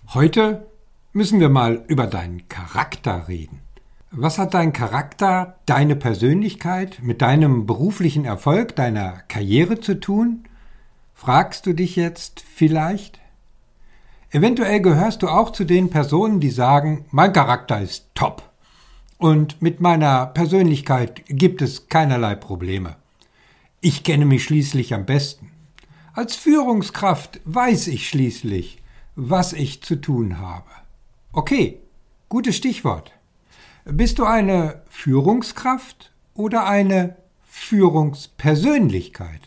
Heute müssen wir mal über deinen Charakter reden. Was hat dein Charakter, deine Persönlichkeit mit deinem beruflichen Erfolg, deiner Karriere zu tun? Fragst du dich jetzt vielleicht? Eventuell gehörst du auch zu den Personen, die sagen, mein Charakter ist top und mit meiner Persönlichkeit gibt es keinerlei Probleme. Ich kenne mich schließlich am besten. Als Führungskraft weiß ich schließlich, was ich zu tun habe. Okay, gutes Stichwort. Bist du eine Führungskraft oder eine Führungspersönlichkeit?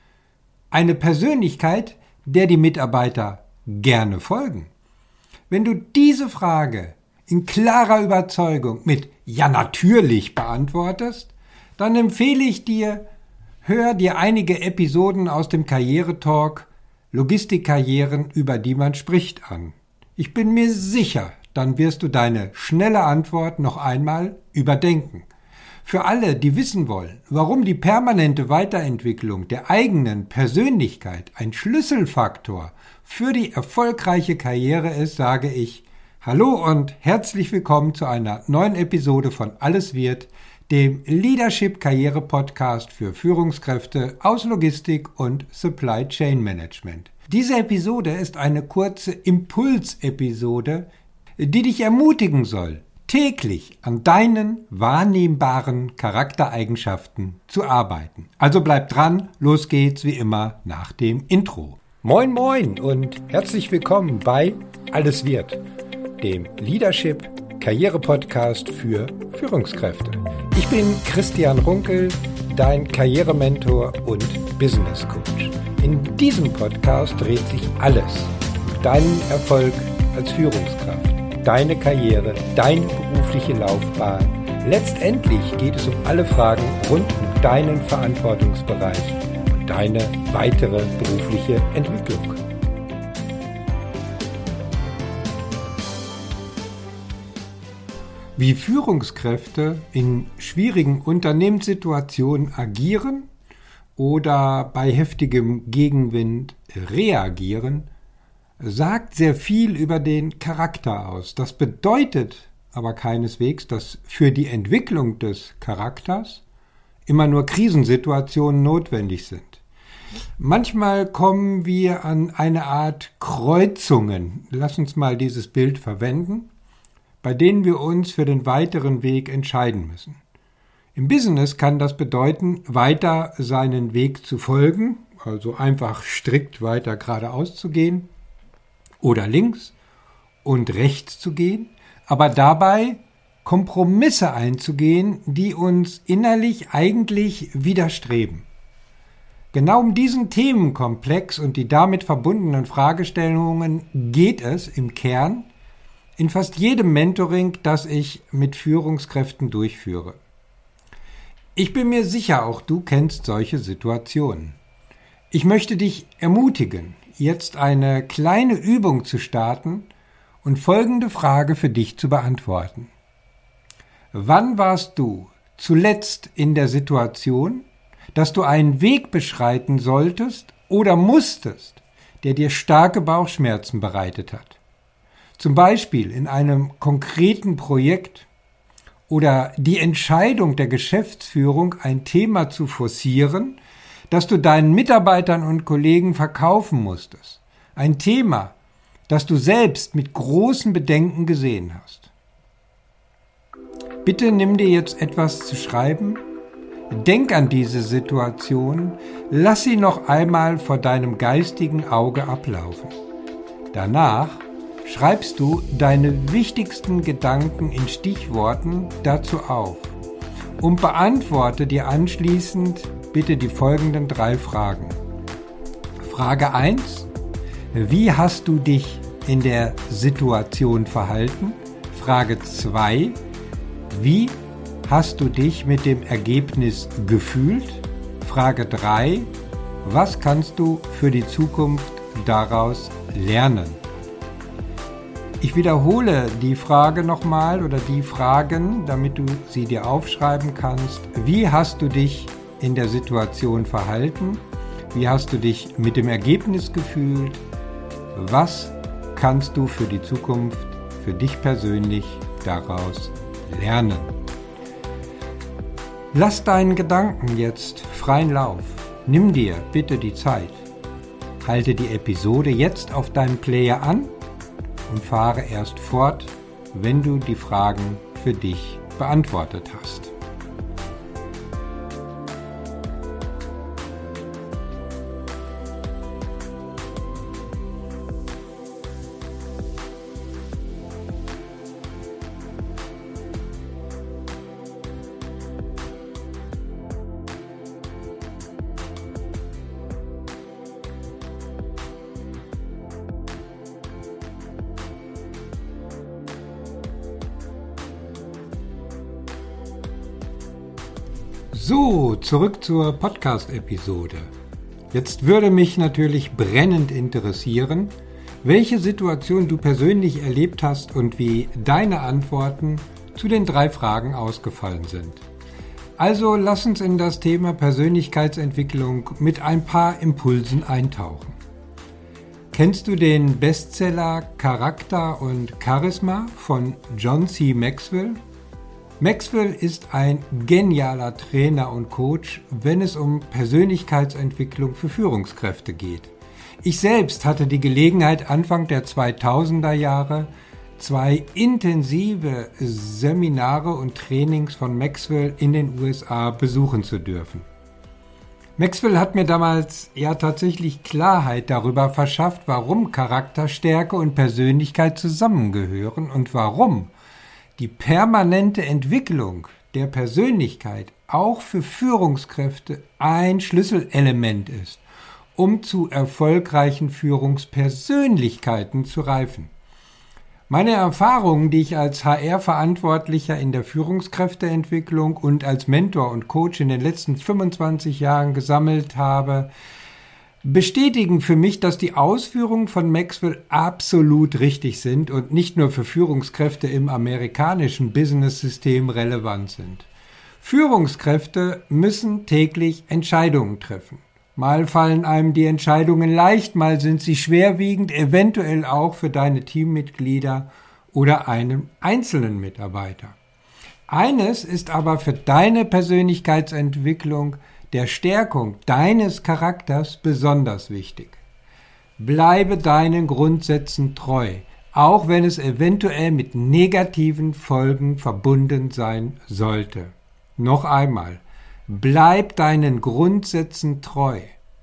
Eine Persönlichkeit, der die Mitarbeiter gerne folgen? Wenn du diese Frage in klarer Überzeugung mit Ja natürlich beantwortest, dann empfehle ich dir, hör dir einige Episoden aus dem Karrieretalk Logistikkarrieren, über die man spricht, an. Ich bin mir sicher, dann wirst du deine schnelle Antwort noch einmal überdenken. Für alle, die wissen wollen, warum die permanente Weiterentwicklung der eigenen Persönlichkeit ein Schlüsselfaktor für die erfolgreiche Karriere ist, sage ich Hallo und herzlich willkommen zu einer neuen Episode von Alles wird, dem Leadership-Karriere-Podcast für Führungskräfte aus Logistik und Supply Chain Management. Diese Episode ist eine kurze Impulsepisode, die dich ermutigen soll, täglich an deinen wahrnehmbaren Charaktereigenschaften zu arbeiten. Also bleib dran, los geht's wie immer nach dem Intro. Moin moin und herzlich willkommen bei Alles wird, dem Leadership-Karriere-Podcast für Führungskräfte. Ich bin Christian Runkel, dein Karrierementor und Business Coach. In diesem Podcast dreht sich alles um deinen Erfolg als Führungskraft, deine Karriere, deine berufliche Laufbahn. Letztendlich geht es um alle Fragen rund um deinen Verantwortungsbereich und deine weitere berufliche Entwicklung. Wie Führungskräfte in schwierigen Unternehmenssituationen agieren oder bei heftigem Gegenwind reagieren, sagt sehr viel über den Charakter aus. Das bedeutet aber keineswegs, dass für die Entwicklung des Charakters immer nur Krisensituationen notwendig sind. Manchmal kommen wir an eine Art Kreuzungen, lass uns mal dieses Bild verwenden, bei denen wir uns für den weiteren Weg entscheiden müssen. Im Business kann das bedeuten, weiter seinen Weg zu folgen, also einfach strikt weiter geradeaus zu gehen oder links und rechts zu gehen, aber dabei Kompromisse einzugehen, die uns innerlich eigentlich widerstreben. Genau um diesen Themenkomplex und die damit verbundenen Fragestellungen geht es im Kern in fast jedem Mentoring, das ich mit Führungskräften durchführe. Ich bin mir sicher, auch du kennst solche Situationen. Ich möchte dich ermutigen, jetzt eine kleine Übung zu starten und folgende Frage für dich zu beantworten. Wann warst du zuletzt in der Situation, dass du einen Weg beschreiten solltest oder musstest, der dir starke Bauchschmerzen bereitet hat? Zum Beispiel in einem konkreten Projekt oder die Entscheidung der Geschäftsführung, ein Thema zu forcieren, das du deinen Mitarbeitern und Kollegen verkaufen musstest. Ein Thema, das du selbst mit großen Bedenken gesehen hast. Bitte nimm dir jetzt etwas zu schreiben, denk an diese Situation, lass sie noch einmal vor deinem geistigen Auge ablaufen. Danach schreibst du deine wichtigsten Gedanken in Stichworten dazu auf und beantworte dir anschließend bitte die folgenden 3 Fragen. Frage 1. Wie hast du dich in der Situation verhalten? Frage 2. Wie hast du dich mit dem Ergebnis gefühlt? Frage 3. Was kannst du für die Zukunft daraus lernen? Ich wiederhole die Frage nochmal oder die Fragen, damit du sie dir aufschreiben kannst. Wie hast du dich in der Situation verhalten? Wie hast du dich mit dem Ergebnis gefühlt? Was kannst du für die Zukunft, für dich persönlich daraus lernen. Lass deinen Gedanken jetzt freien Lauf. Nimm dir bitte die Zeit. Halte die Episode jetzt auf deinem Player an und fahre erst fort, wenn du die Fragen für dich beantwortet hast. So, zurück zur Podcast-Episode. Jetzt würde mich natürlich brennend interessieren, welche Situation du persönlich erlebt hast und wie deine Antworten zu den 3 Fragen ausgefallen sind. Also lass uns in das Thema Persönlichkeitsentwicklung mit ein paar Impulsen eintauchen. Kennst du den Bestseller Charakter und Charisma von John C. Maxwell? Maxwell ist ein genialer Trainer und Coach, wenn es um Persönlichkeitsentwicklung für Führungskräfte geht. Ich selbst hatte die Gelegenheit, Anfang der 2000er Jahre 2 intensive Seminare und Trainings von Maxwell in den USA besuchen zu dürfen. Maxwell hat mir damals tatsächlich Klarheit darüber verschafft, warum Charakterstärke und Persönlichkeit zusammengehören und warum die permanente Entwicklung der Persönlichkeit auch für Führungskräfte ein Schlüsselelement ist, um zu erfolgreichen Führungspersönlichkeiten zu reifen. Meine Erfahrungen, die ich als HR-Verantwortlicher in der Führungskräfteentwicklung und als Mentor und Coach in den letzten 25 Jahren gesammelt habe, bestätigen für mich, dass die Ausführungen von Maxwell absolut richtig sind und nicht nur für Führungskräfte im amerikanischen Business-System relevant sind. Führungskräfte müssen täglich Entscheidungen treffen. Mal fallen einem die Entscheidungen leicht, mal sind sie schwerwiegend, eventuell auch für deine Teammitglieder oder einen einzelnen Mitarbeiter. Eines ist aber für deine Persönlichkeitsentwicklung der Stärkung deines Charakters besonders wichtig. Bleibe deinen Grundsätzen treu, auch wenn es eventuell mit negativen Folgen verbunden sein sollte. Noch einmal, bleib deinen Grundsätzen treu.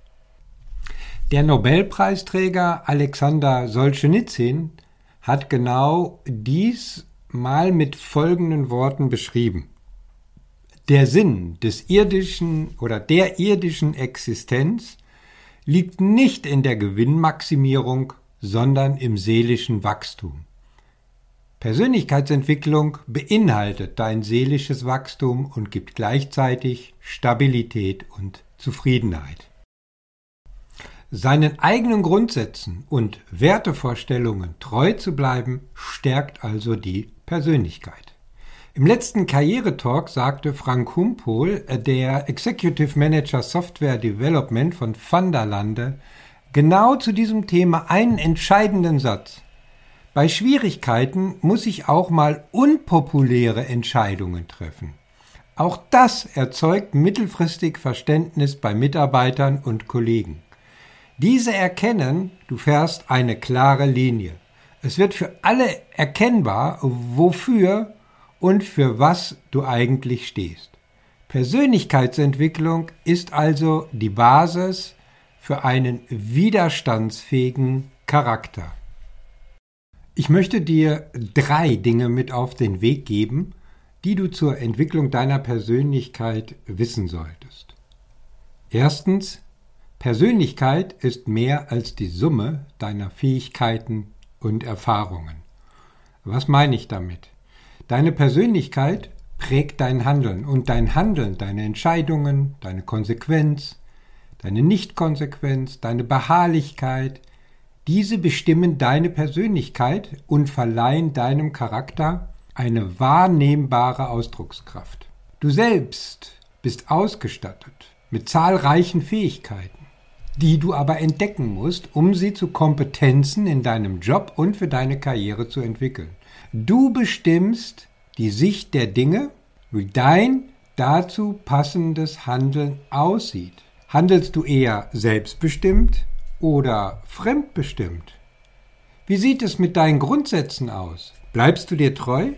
Der Nobelpreisträger Alexander Solschenizyn hat genau dies mal mit folgenden Worten beschrieben. Der Sinn des irdischen oder der irdischen Existenz liegt nicht in der Gewinnmaximierung, sondern im seelischen Wachstum. Persönlichkeitsentwicklung beinhaltet dein seelisches Wachstum und gibt gleichzeitig Stabilität und Zufriedenheit. Seinen eigenen Grundsätzen und Wertevorstellungen treu zu bleiben, stärkt also die Persönlichkeit. Im letzten Karrieretalk sagte Frank Humpol, der Executive Manager Software Development von Vanderlande, genau zu diesem Thema einen entscheidenden Satz. Bei Schwierigkeiten muss ich auch mal unpopuläre Entscheidungen treffen. Auch das erzeugt mittelfristig Verständnis bei Mitarbeitern und Kollegen. Diese erkennen, du fährst eine klare Linie. Es wird für alle erkennbar, wofür und für was du eigentlich stehst. Persönlichkeitsentwicklung ist also die Basis für einen widerstandsfähigen Charakter. Ich möchte dir 3 Dinge mit auf den Weg geben, die du zur Entwicklung deiner Persönlichkeit wissen solltest. Erstens, Persönlichkeit ist mehr als die Summe deiner Fähigkeiten und Erfahrungen. Was meine ich damit? Deine Persönlichkeit prägt dein Handeln und dein Handeln, deine Entscheidungen, deine Konsequenz, deine Nichtkonsequenz, deine Beharrlichkeit, diese bestimmen deine Persönlichkeit und verleihen deinem Charakter eine wahrnehmbare Ausdruckskraft. Du selbst bist ausgestattet mit zahlreichen Fähigkeiten. die du aber entdecken musst, um sie zu Kompetenzen in deinem Job und für deine Karriere zu entwickeln. Du bestimmst die Sicht der Dinge, wie dein dazu passendes Handeln aussieht. Handelst du eher selbstbestimmt oder fremdbestimmt? Wie sieht es mit deinen Grundsätzen aus? Bleibst du dir treu?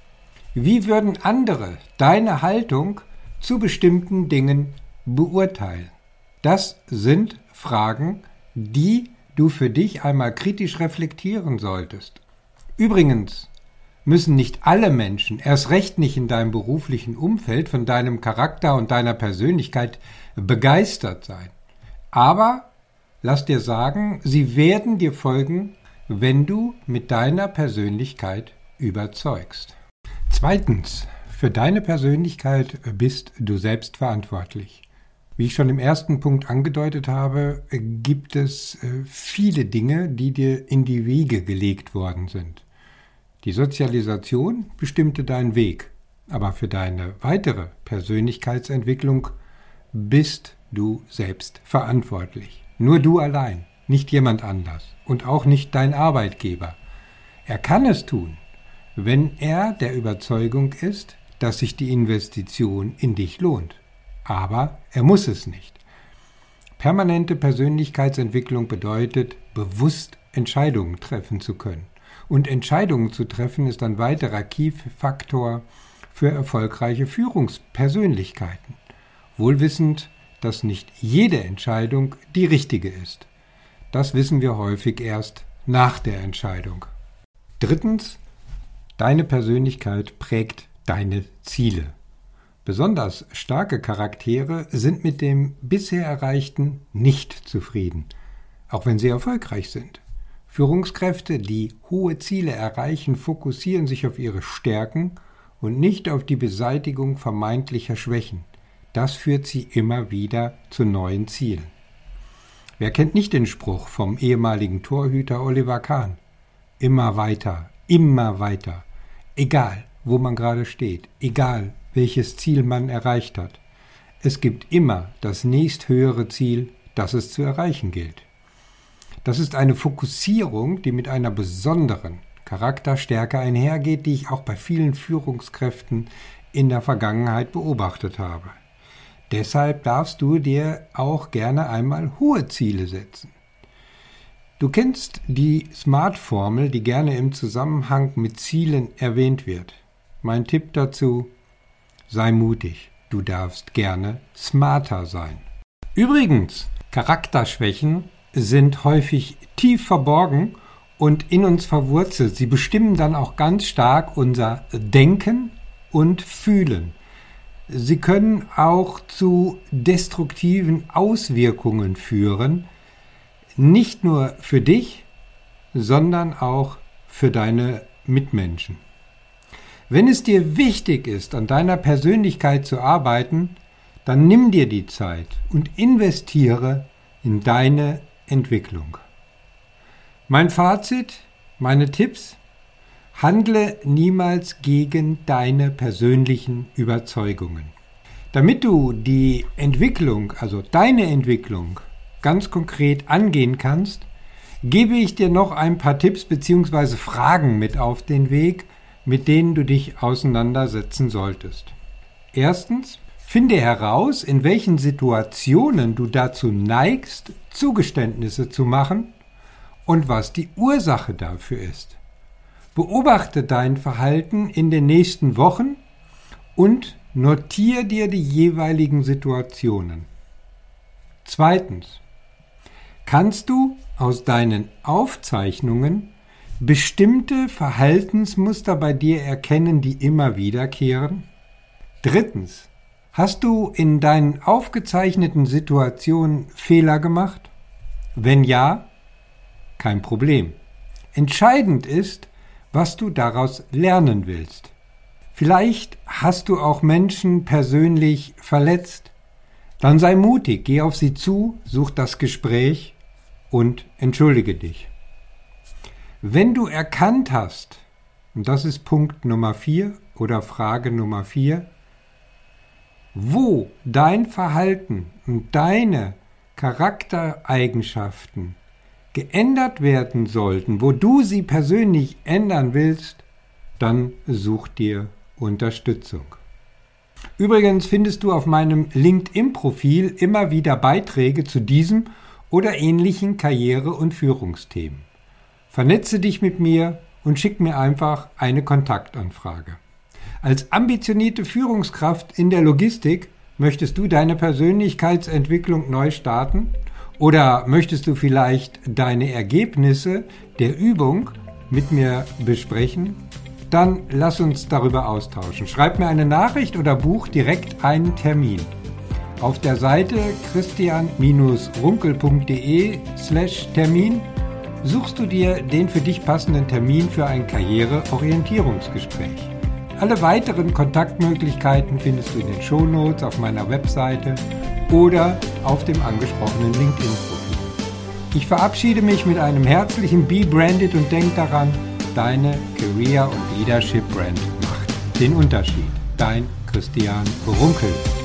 Wie würden andere deine Haltung zu bestimmten Dingen beurteilen? Das sind Fragen, die du für dich einmal kritisch reflektieren solltest. Übrigens müssen nicht alle Menschen, erst recht nicht in deinem beruflichen Umfeld, von deinem Charakter und deiner Persönlichkeit begeistert sein. Aber lass dir sagen, sie werden dir folgen, wenn du mit deiner Persönlichkeit überzeugst. Zweitens, für deine Persönlichkeit bist du selbst verantwortlich. Wie ich schon im ersten Punkt angedeutet habe, gibt es viele Dinge, die dir in die Wiege gelegt worden sind. Die Sozialisation bestimmte deinen Weg, aber für deine weitere Persönlichkeitsentwicklung bist du selbst verantwortlich. Nur du allein, nicht jemand anders und auch nicht dein Arbeitgeber. Er kann es tun, wenn er der Überzeugung ist, dass sich die Investition in dich lohnt. Aber er muss es nicht. Permanente Persönlichkeitsentwicklung bedeutet, bewusst Entscheidungen treffen zu können. Und Entscheidungen zu treffen ist ein weiterer Key-Faktor für erfolgreiche Führungspersönlichkeiten. Wohlwissend, dass nicht jede Entscheidung die richtige ist. Das wissen wir häufig erst nach der Entscheidung. Drittens, deine Persönlichkeit prägt deine Ziele. Besonders starke Charaktere sind mit dem bisher Erreichten nicht zufrieden, auch wenn sie erfolgreich sind. Führungskräfte, die hohe Ziele erreichen, fokussieren sich auf ihre Stärken und nicht auf die Beseitigung vermeintlicher Schwächen. Das führt sie immer wieder zu neuen Zielen. Wer kennt nicht den Spruch vom ehemaligen Torhüter Oliver Kahn? Immer weiter, egal wo man gerade steht, egal welches Ziel man erreicht hat. Es gibt immer das nächsthöhere Ziel, das es zu erreichen gilt. Das ist eine Fokussierung, die mit einer besonderen Charakterstärke einhergeht, die ich auch bei vielen Führungskräften in der Vergangenheit beobachtet habe. Deshalb darfst du dir auch gerne einmal hohe Ziele setzen. Du kennst die SMART-Formel, die gerne im Zusammenhang mit Zielen erwähnt wird. Mein Tipp dazu: sei mutig, du darfst gerne smarter sein. Übrigens, Charakterschwächen sind häufig tief verborgen und in uns verwurzelt. Sie bestimmen dann auch ganz stark unser Denken und Fühlen. Sie können auch zu destruktiven Auswirkungen führen, nicht nur für dich, sondern auch für deine Mitmenschen. Wenn es dir wichtig ist, an deiner Persönlichkeit zu arbeiten, dann nimm dir die Zeit und investiere in deine Entwicklung. Mein Fazit, meine Tipps: handle niemals gegen deine persönlichen Überzeugungen. Damit du die Entwicklung, also deine Entwicklung, ganz konkret angehen kannst, gebe ich dir noch ein paar Tipps bzw. Fragen mit auf den Weg, mit denen du dich auseinandersetzen solltest. Erstens, finde heraus, in welchen Situationen du dazu neigst, Zugeständnisse zu machen und was die Ursache dafür ist. Beobachte dein Verhalten in den nächsten Wochen und notiere dir die jeweiligen Situationen. Zweitens, kannst du aus deinen Aufzeichnungen bestimmte Verhaltensmuster bei dir erkennen, die immer wiederkehren? Drittens, hast du in deinen aufgezeichneten Situationen Fehler gemacht? Wenn ja, kein Problem. Entscheidend ist, was du daraus lernen willst. Vielleicht hast du auch Menschen persönlich verletzt. Dann sei mutig, geh auf sie zu, such das Gespräch und entschuldige dich. Wenn du erkannt hast, und das ist Punkt Nummer 4 oder Frage Nummer 4, wo dein Verhalten und deine Charaktereigenschaften geändert werden sollten, wo du sie persönlich ändern willst, dann such dir Unterstützung. Übrigens findest du auf meinem LinkedIn-Profil immer wieder Beiträge zu diesem oder ähnlichen Karriere- und Führungsthemen. Vernetze dich mit mir und schick mir einfach eine Kontaktanfrage. Als ambitionierte Führungskraft in der Logistik möchtest du deine Persönlichkeitsentwicklung neu starten? Oder möchtest du vielleicht deine Ergebnisse der Übung mit mir besprechen? Dann lass uns darüber austauschen. Schreib mir eine Nachricht oder buch direkt einen Termin. Auf der Seite christian-runkel.de/Termin suchst du dir den für dich passenden Termin für ein Karriereorientierungsgespräch. Alle weiteren Kontaktmöglichkeiten findest du in den Shownotes auf meiner Webseite oder auf dem angesprochenen LinkedIn-Profil. Ich verabschiede mich mit einem herzlichen Be Branded und denk daran, deine Career- und Leadership-Brand macht den Unterschied. Dein Christian Runkel.